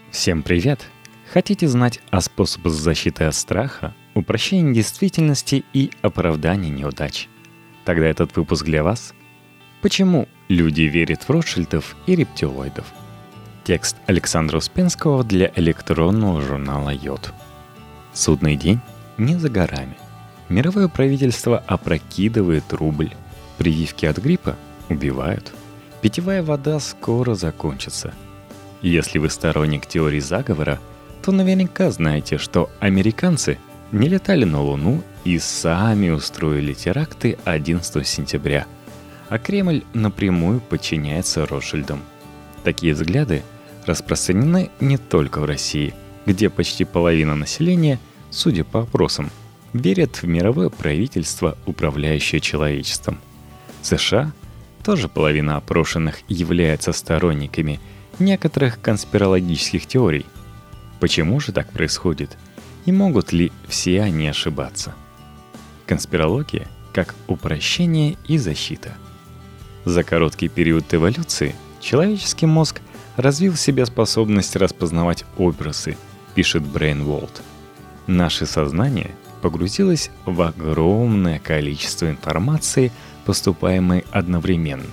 Всем привет! Хотите знать о способах защиты от страха, упрощении действительности и оправдании неудач? Тогда этот выпуск для вас. Почему люди верят в Ротшильдов и рептилоидов? Текст Александра Успенского для электронного журнала «Йод». Судный день не за горами. Мировое правительство опрокидывает рубль. Прививки от гриппа убивают. Питьевая вода скоро закончится. Если вы сторонник теории заговора, то наверняка знаете, что американцы не летали на Луну и сами устроили теракты 11 сентября, а Кремль напрямую подчиняется Ротшильдам. Такие взгляды распространены не только в России, где почти половина населения, судя по опросам, верят в мировое правительство, управляющее человечеством. В США тоже половина опрошенных является сторонниками некоторых конспирологических теорий. Почему же так происходит? И могут ли все они ошибаться? Конспирология как упрощение и защита. За короткий период эволюции человеческий мозг развил в себе способность распознавать образы, пишет Брейнволд. Наше сознание погрузилось в огромное количество информации, поступаемой одновременно.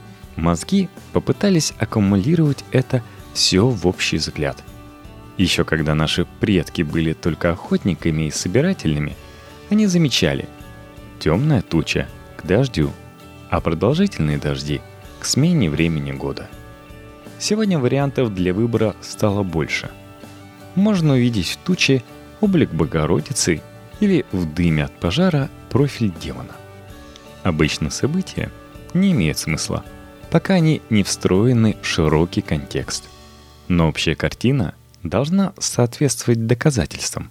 Мозги попытались аккумулировать это все в общий взгляд. Еще когда наши предки были только охотниками и собирателями, они замечали: темная туча к дождю, а продолжительные дожди к смене времени года. Сегодня вариантов для выбора стало больше. Можно увидеть в туче облик Богородицы или в дыме от пожара профиль демона. Обычно события не имеют смысла, пока они не встроены в широкий контекст. Но общая картина должна соответствовать доказательствам.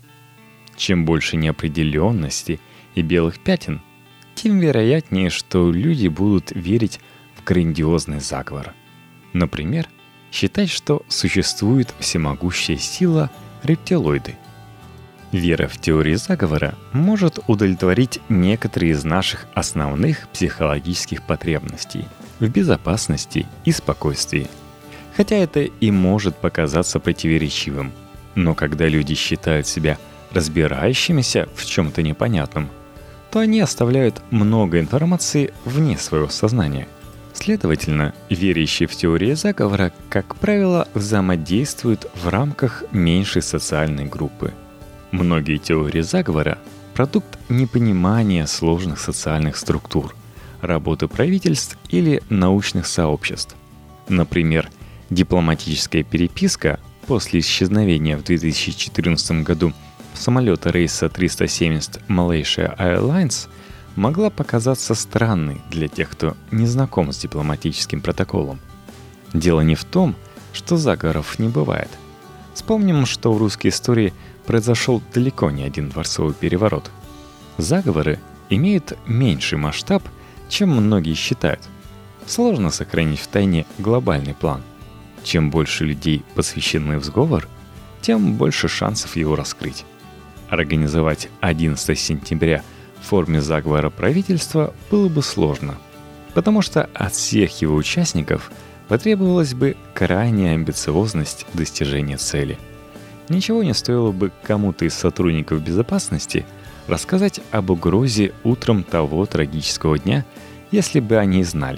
Чем больше неопределенности и белых пятен, тем вероятнее, что люди будут верить в грандиозный заговор. Например, считать, что существует всемогущая сила рептилоиды. Вера в теорию заговора может удовлетворить некоторые из наших основных психологических потребностей в безопасности и спокойствии. Хотя это и может показаться противоречивым. Но когда люди считают себя разбирающимися в чем-то непонятном, то они оставляют много информации вне своего сознания. Следовательно, верящие в теорию заговора, как правило, взаимодействуют в рамках меньшей социальной группы. Многие теории заговора – продукт непонимания сложных социальных структур, работы правительств или научных сообществ. Например, дипломатическая переписка после исчезновения в 2014 году самолета рейса 370 Malaysia Airlines могла показаться странной для тех, кто не знаком с дипломатическим протоколом. Дело не в том, что заговоров не бывает. Вспомним, что в русской истории произошел далеко не один дворцовый переворот. Заговоры имеют меньший масштаб, чем многие считают. Сложно сохранить в тайне глобальный план. Чем больше людей посвящены в сговор, тем больше шансов его раскрыть. Организовать 11 сентября в форме заговора правительства было бы сложно, потому что от всех его участников потребовалась бы крайняя амбициозность достижения цели. Ничего не стоило бы кому-то из сотрудников безопасности рассказать об угрозе утром того трагического дня, если бы они знали.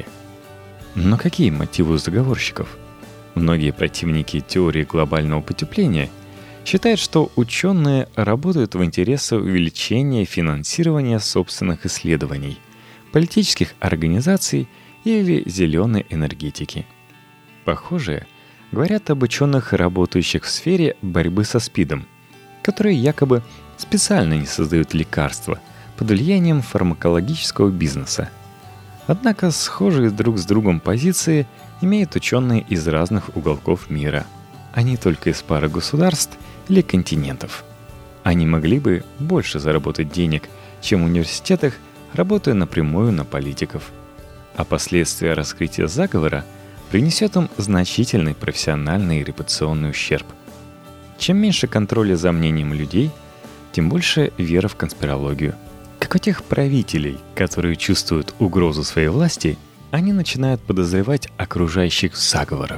Но какие мотивы у заговорщиков? Многие противники теории глобального потепления считают, что ученые работают в интересах увеличения финансирования собственных исследований, политических организаций или зеленой энергетики. Похоже, говорят об ученых, работающих в сфере борьбы со СПИДом, которые якобы специально не создают лекарства под влиянием фармакологического бизнеса. Однако схожие друг с другом позиции имеют ученые из разных уголков мира, а не только из пары государств или континентов. Они могли бы больше заработать денег, чем в университетах, работая напрямую на политиков. А последствия раскрытия заговора принесет им значительный профессиональный и репутационный ущерб. Чем меньше контроля за мнением людей, тем больше вера в конспирологию. Как у тех правителей, которые чувствуют угрозу своей власти, они начинают подозревать окружающих в заговорах.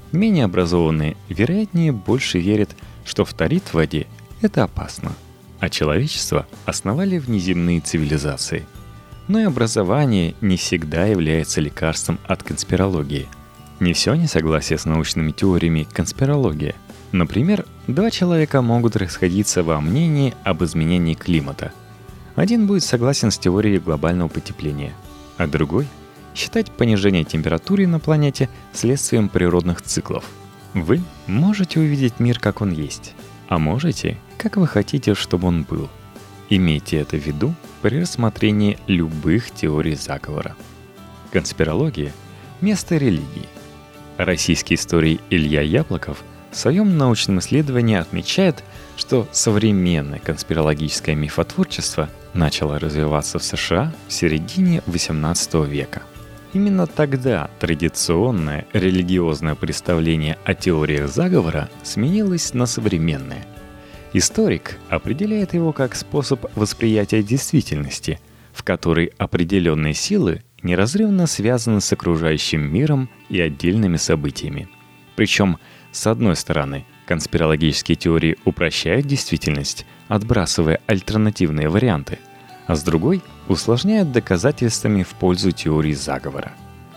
Менее образованные, вероятнее, больше верят, что фторид в воде – это опасно, а человечество основали внеземные цивилизации. Но и образование не всегда является лекарством от конспирологии. Не все несогласие с научными теориями конспирология. Например, два человека могут расходиться во мнении об изменении климата. Один будет согласен с теорией глобального потепления, а другой считать понижение температуры на планете следствием природных циклов. Вы можете увидеть мир, как он есть, а можете, как вы хотите, чтобы он был. Имейте это в виду при рассмотрении любых теорий заговора. Конспирология – место религии. Российский историк Илья Яблоков в своем научном исследовании отмечает, что современное конспирологическое мифотворчество начало развиваться в США в середине XVIII века. Именно тогда традиционное религиозное представление о теориях заговора сменилось на современное. Историк определяет его как способ восприятия действительности, в которой определенные силы неразрывно связаны с окружающим миром и отдельными событиями. Причем, с одной стороны, конспирологические теории упрощают действительность, отбрасывая альтернативные варианты, а с другой усложняют доказательствами в пользу теории заговора.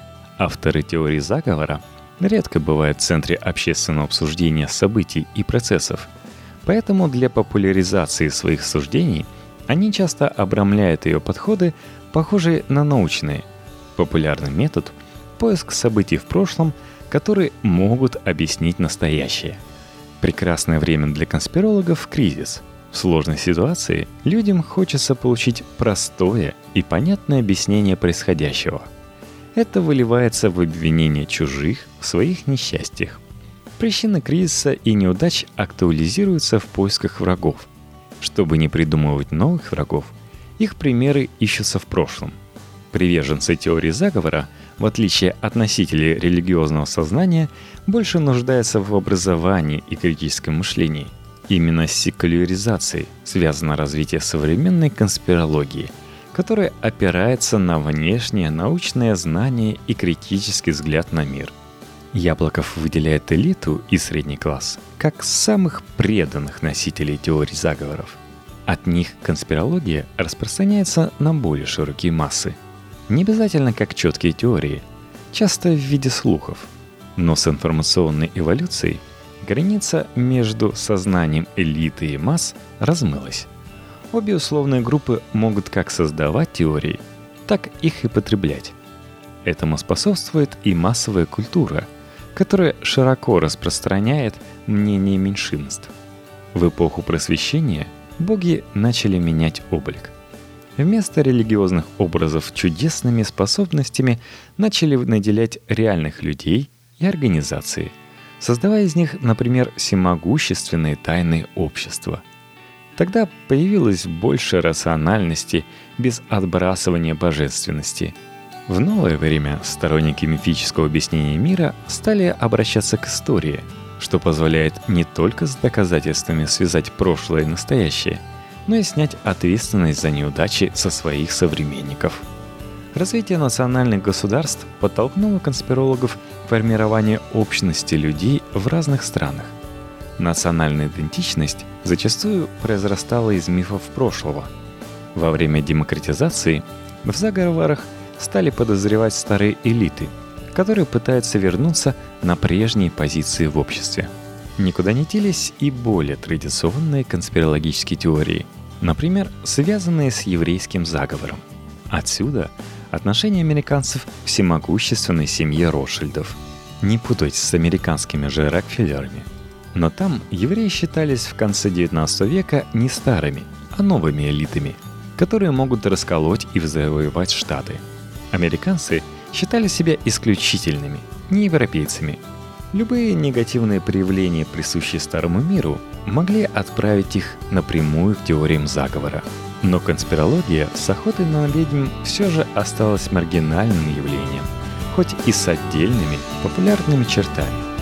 Авторы теории заговора редко бывают в центре общественного обсуждения событий и процессов, поэтому для популяризации своих суждений они часто обрамляют ее подходы, похожие на научные. Популярный метод – поиск событий в прошлом, которые могут объяснить настоящее. Прекрасное время для конспирологов – кризис. В сложной ситуации людям хочется получить простое и понятное объяснение происходящего. Это выливается в обвинение чужих в своих несчастьях. Причины кризиса и неудач актуализируются в поисках врагов. Чтобы не придумывать новых врагов, их примеры ищутся в прошлом. Приверженцы теории заговора, в отличие от носителей религиозного сознания, больше нуждаются в образовании и критическом мышлении. Именно с секуляризацией связано развитие современной конспирологии, которая опирается на внешнее научное знание и критический взгляд на мир. Яблоков выделяет элиту и средний класс как самых преданных носителей теорий заговоров. От них конспирология распространяется на более широкие массы. Не обязательно как четкие теории, часто в виде слухов, но с информационной эволюцией граница между сознанием элиты и масс размылась. Обе условные группы могут как создавать теории, так их и потреблять. Этому способствует и массовая культура, которая широко распространяет мнение меньшинств. В эпоху просвещения боги начали менять облик. Вместо религиозных образов чудесными способностями начали наделять реальных людей и организации, создавая из них, например, всемогущественные тайные общества. Тогда появилось больше рациональности без отбрасывания божественности. В новое время сторонники мифического объяснения мира стали обращаться к истории, что позволяет не только с доказательствами связать прошлое и настоящее, но и снять ответственность за неудачи со своих современников. Развитие национальных государств подтолкнуло конспирологов к формированию общности людей в разных странах. Национальная идентичность зачастую произрастала из мифов прошлого. Во время демократизации в заговорах стали подозревать старые элиты, которые пытаются вернуться на прежние позиции в обществе. Никуда не делись и более традиционные конспирологические теории, например, связанные с еврейским заговором. Отсюда отношение американцев к всемогущественной семье Ротшильдов. Не путайте с американскими же Рокфеллерами. Но там евреи считались в конце XIX века не старыми, а новыми элитами, которые могут расколоть и завоевать Штаты. Американцы считали себя исключительными, не европейцами. Любые негативные проявления, присущие старому миру, могли отправить их напрямую к теориям заговора. Но конспирология с охотой на ведьм все же осталась маргинальным явлением, хоть и с отдельными популярными чертами.